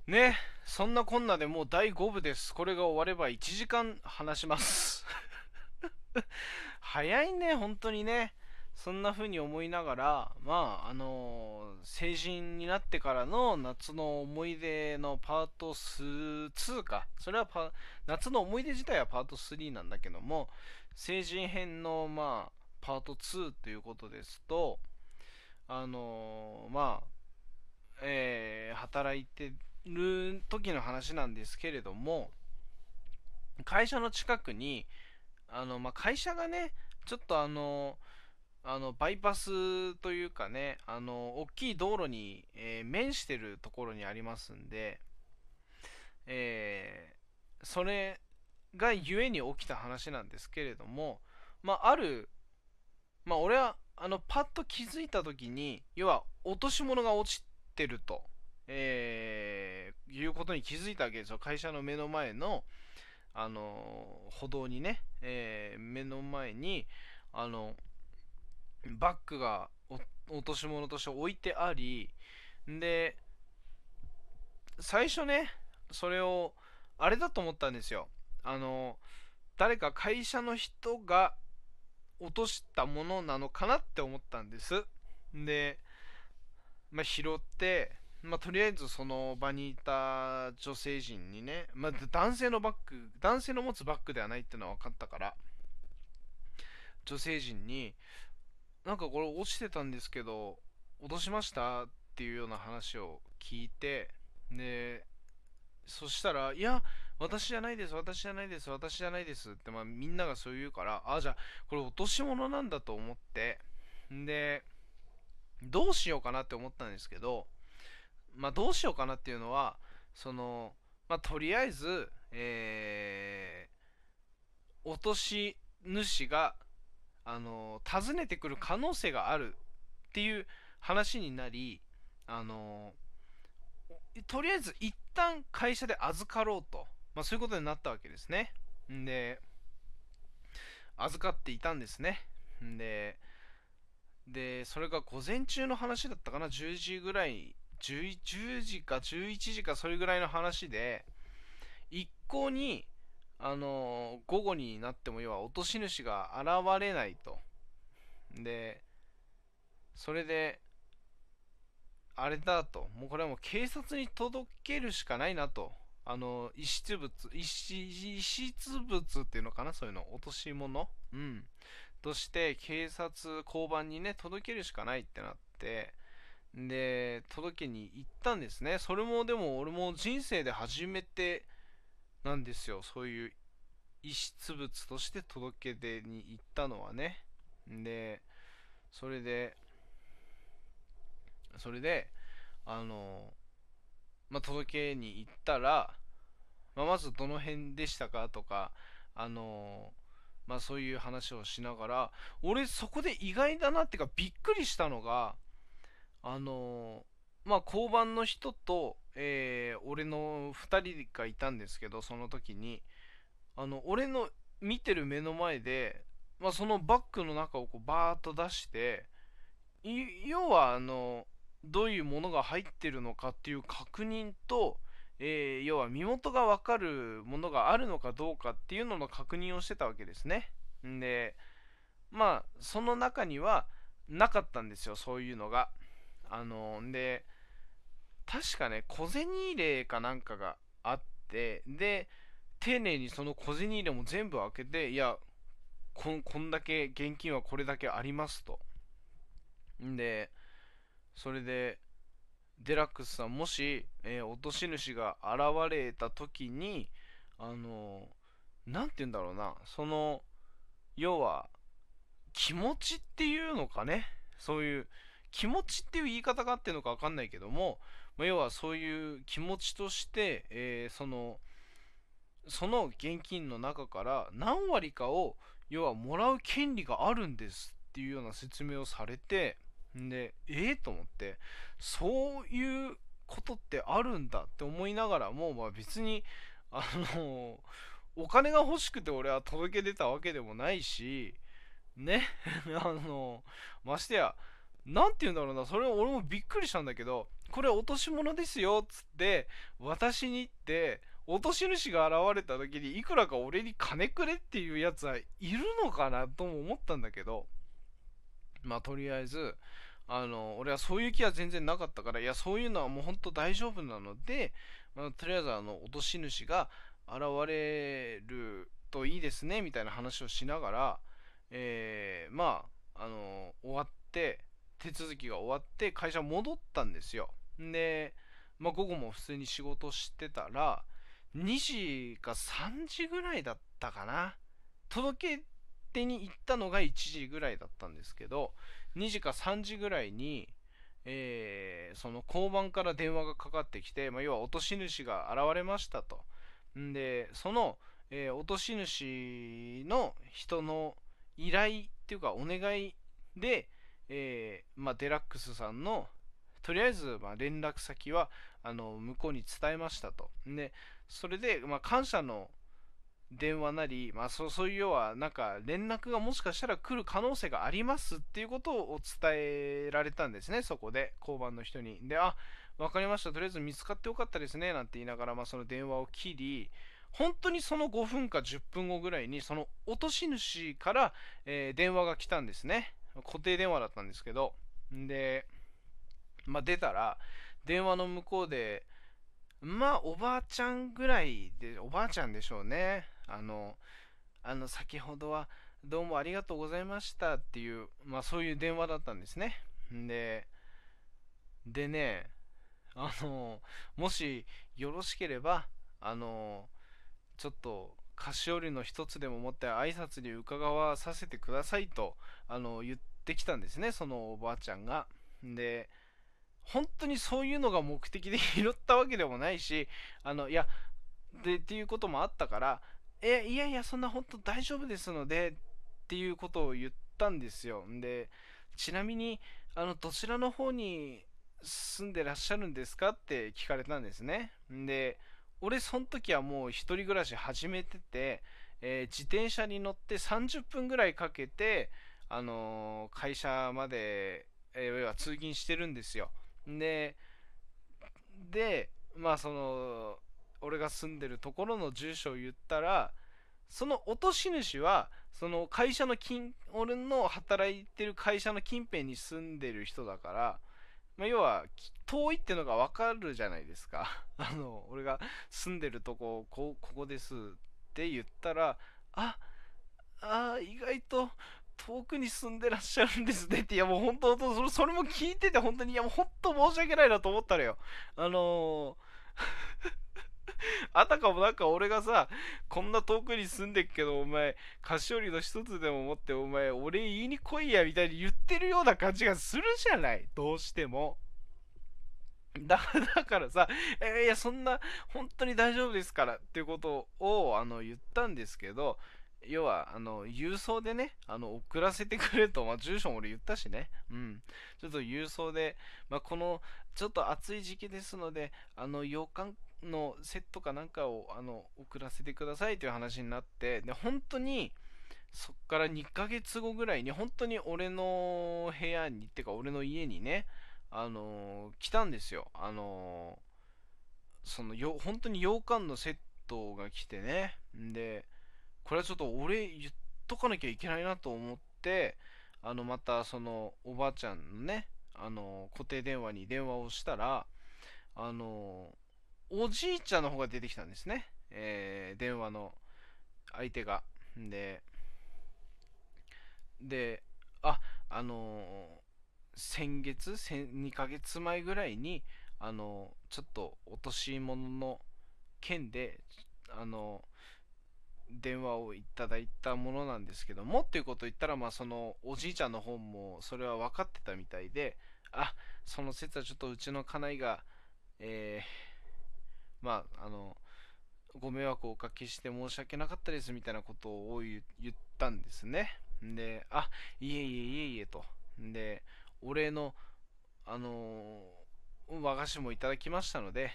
ね、そんなこんなでもう第5部です。これが終われば1時間話します。早いね、本当にね。そんな風に思いながら、成人になってからの夏の思い出のパート2か。それは夏の思い出自体はパート3なんだけども、成人編のパート2ということですと、あのーまあ、働いてる時の話なんですけれども、会社の近くに、会社がね、ちょっとバイパスというかね、大きい道路に、面してるところにありますんで、それがゆえに起きた話なんですけれども、ある、俺は、パッと気づいた時に、要は、落とし物が落ちてると、いうことに気づいたわけですよ。会社の目の前の、歩道にね、目の前に、あの、バッグが落とし物として置いてあり、で、最初ね、それを、あれだと思ったんですよ。あの、誰か会社の人が落としたものなのかなって思ったんです。で、拾って、とりあえずその場にいた女性陣にね、男性のバッグ、男性の持つバッグではないっていうのは分かったから、女性陣に、なんかこれ落ちてたんですけど、落としましたっていうような話を聞いて、で、そしたら、いや、私じゃないです、私じゃないです、私じゃないですって、みんながそう言うから、じゃあ、これ落とし物なんだと思って、で、どうしようかなって思ったんですけど、どうしようかなっていうのは、その、とりあえず、落とし主が、訪ねてくる可能性があるっていう話になり、あの、とりあえず一旦会社で預かろうと、そういうことになったわけですね。んで、預かっていたんですね。んで、それが午前中の話だったかな、10時ぐらい、10時か11時かそれぐらいの話で、一向に、午後になっても要は落とし主が現れないと。で、それで、あれだと、もうこれはもう警察に届けるしかないなと。遺失物、遺失物っていうのかな、そういうの、落とし物、として警察、交番にね、届けるしかないってなって、で、届けに行ったんですね。それもでも俺も人生で初めてなんですよ。そういう遺失物として届け出に行ったのはね。で、それで、それで、あの、届けに行ったら、まずどの辺でしたかとか、あのそういう話をしながら、俺そこで意外だなっていうかびっくりしたのが、交番の人と、俺の2人がいたんですけど、その時に、俺の見てる目の前で、そのバッグの中をこうバーッと出して、要はどういうものが入ってるのかっていう確認と、要は身元が分かるものがあるのかどうかっていうのの確認をしてたわけですね。んで、その中にはなかったんですよ、そういうのが。で、確かね、小銭入れかなんかがあって、で、丁寧にその小銭入れも全部開けて、いや、こんだけ現金はこれだけありますと。んで、それで、デラックスさん、もし、落とし主が現れた時に、あのなんて言うんだろうな、要は、気持ちっていうのかね、そういう、気持ちっていう言い方があってるのか分かんないけども、要はそういう気持ちとして、その現金の中から何割かを、要はもらう権利があるんですっていうような説明をされて、で、と思って、そういうことってあるんだって思いながらも、別に、あの、お金が欲しくて俺は届け出たわけでもないし、ね、ましてや、なんて言うんだろうな、それ俺もびっくりしたんだけど、 これ落とし物ですよっつって渡しに行って、落とし主が現れた時にいくらか俺に金くれっていうやつはいるのかなとも思ったんだけど、まあとりあえず俺はそういう気は全然なかったから、いやそういうのはもうほんと大丈夫なので、まあ、とりあえず落とし主が現れるといいですねみたいな話をしながら、まあ終わって、手続きが終わって会社戻ったんですよ。で、まあ、午後も普通に仕事してたら、2時か3時ぐらいだったかな、届け出に行ったのが1時ぐらいだったんですけど、2時か3時ぐらいに、その交番から電話がかかってきて、まあ、要は落とし主が現れましたと。んで、その、落とし主の人の依頼っていうかお願いで、まあ、デラックスさんのとりあえずまあ連絡先は向こうに伝えましたと。で、それで、まあ、感謝の電話なり、まあ、そういう要はなんか連絡がもしかしたら来る可能性がありますっていうことを伝えられたんですね、そこで交番の人に。で、あ、わかりました、とりあえず見つかってよかったですねなんて言いながら、まあ、その電話を切り、本当にその5分か10分後ぐらいにその落とし主から、電話が来たんですね。固定電話だったんですけど、で、まあ、出たら電話の向こうで、まあおばあちゃんぐらいで、おばあちゃんでしょうね。先ほどはどうもありがとうございましたっていう、まあそういう電話だったんですね。で、でね、あの、もしよろしければ、あの、ちょっと菓子折りの一つでも持って挨拶に伺わさせてくださいと、言ってきたんですね、そのおばあちゃんが。で、本当にそういうのが目的で拾ったわけでもないし、いや、っていうこともあったから、いやいや、そんな本当大丈夫ですので、っていうことを言ったんですよ。で、ちなみに、どちらの方に住んでらっしゃるんですかって聞かれたんですね。で、俺、その時はもう一人暮らし始めてて、自転車に乗って30分ぐらいかけて、会社まで、要は通勤してるんですよ。で、まあ俺が住んでるところの住所を言ったら、その落とし主はその会社の俺の働いてる会社の近辺に住んでる人だから、まあ、要は遠いってのが分かるじゃないですか。俺が住んでるとここですって言ったら、あ意外と遠くに住んでらっしゃるんですねって、いやもう本当それも聞いてて本当に、いやもう本当申し訳ないなと思ったのよ。あのーあたかもなんか俺がさ、こんな遠くに住んでっけど、お前、菓子折りの一つでも持って、お前、俺言いに来いや、みたいに言ってるような感じがするじゃない、どうしても。だからさ、いや、そんな、本当に大丈夫ですからっていうことを、言ったんですけど、要は、郵送でね、送らせてくれと、まあ、住所も俺言ったしね、うん。ちょっと郵送で、まあ、この、ちょっと暑い時期ですので、洋館のセットかなんかを、送らせてくださいという話になって、で、本当に、そっから2ヶ月後ぐらいに、本当に俺の部屋に、ってか、俺の家にね、来たんですよ。本当に洋館のセットが来てね。で、これはちょっと俺言っとかなきゃいけないなと思って、またそのおばあちゃんのね、固定電話に電話をしたら、あの、おじいちゃんの方が出てきたんですね。電話の相手が。で、で、あ、あの先月、2ヶ月前ぐらいに、ちょっと落とし物の件で、あの、電話をいただいたものなんですけどもっていうことを言ったら、まあ、そのおじいちゃんの方もそれは分かってたみたいで、あ、その説はちょっとうちの家内が、えまあ、ご迷惑をおかけして申し訳なかったですみたいなことを言ったんですね。で、いえいえいえいえと。で、お礼の、あの和菓子もいただきましたので、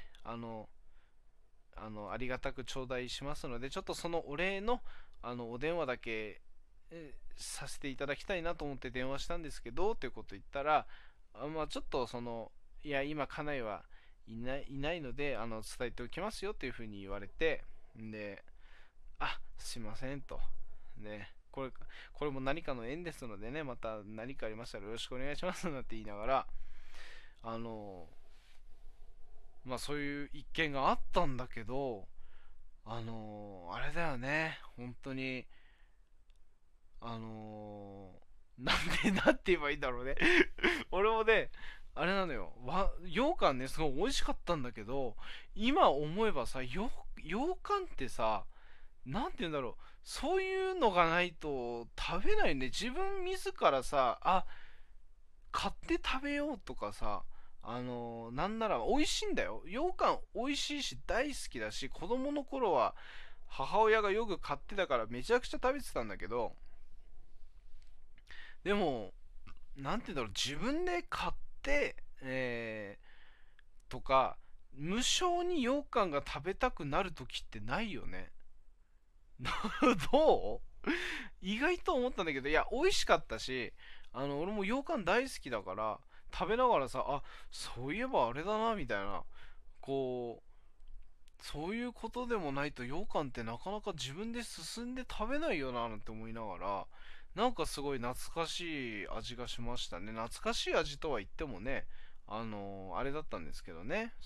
ありがたく頂戴しますので、ちょっとそのお礼の、お電話だけ、させていただきたいなと思って電話したんですけど、ということ言ったら、まあちょっといや今家内はいないので伝えておきますよっていうふうに言われて、で、あ、すいませんと。ね、これも何かの縁ですのでね、また何かありましたらよろしくお願いしますなんて言いながら、あの、まあそういう一件があったんだけど、あれだよね、本当に、なんて言えばいいんだろうね。俺もね、あれなのよ、羊羹ね、すごい美味しかったんだけど、今思えばさ、羊羹ってさ、なんて言うんだろう、そういうのがないと食べないね。自分自らさ、買って食べようとかさ、なんなら美味しいんだよ。羊羹美味しいし大好きだし、子供の頃は母親がよく買ってたからめちゃくちゃ食べてたんだけど、でも、なんて言うんだろう、自分で買って、とか、無償に羊羹が食べたくなる時ってないよね。どう意外と思ったんだけど、いや、美味しかったし、俺も羊羹大好きだから、食べながらさ、そういえばあれだな、みたいな、こそういうことでもないと羊羹ってなかなか自分で進んで食べないよな、なんて思いながら、なんかすごい懐かしい味がしましたね。懐かしい味とは言ってもね、あれだったんですけどね、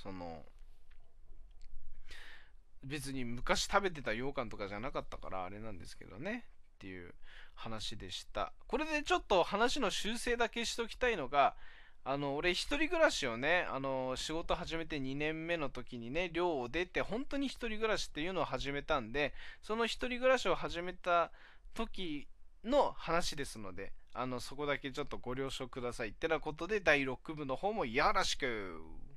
別に昔食べてた羊羹とかじゃなかったからあれなんですけどねっていう話でした。これでちょっと話の修正だけしときたいのが、俺一人暮らしをね、仕事始めて2年目の時にね、寮を出て本当に一人暮らしっていうのを始めたんで、その一人暮らしを始めた時の話ですので、そこだけちょっとご了承くださいってなことで、第6部の方もよろしく。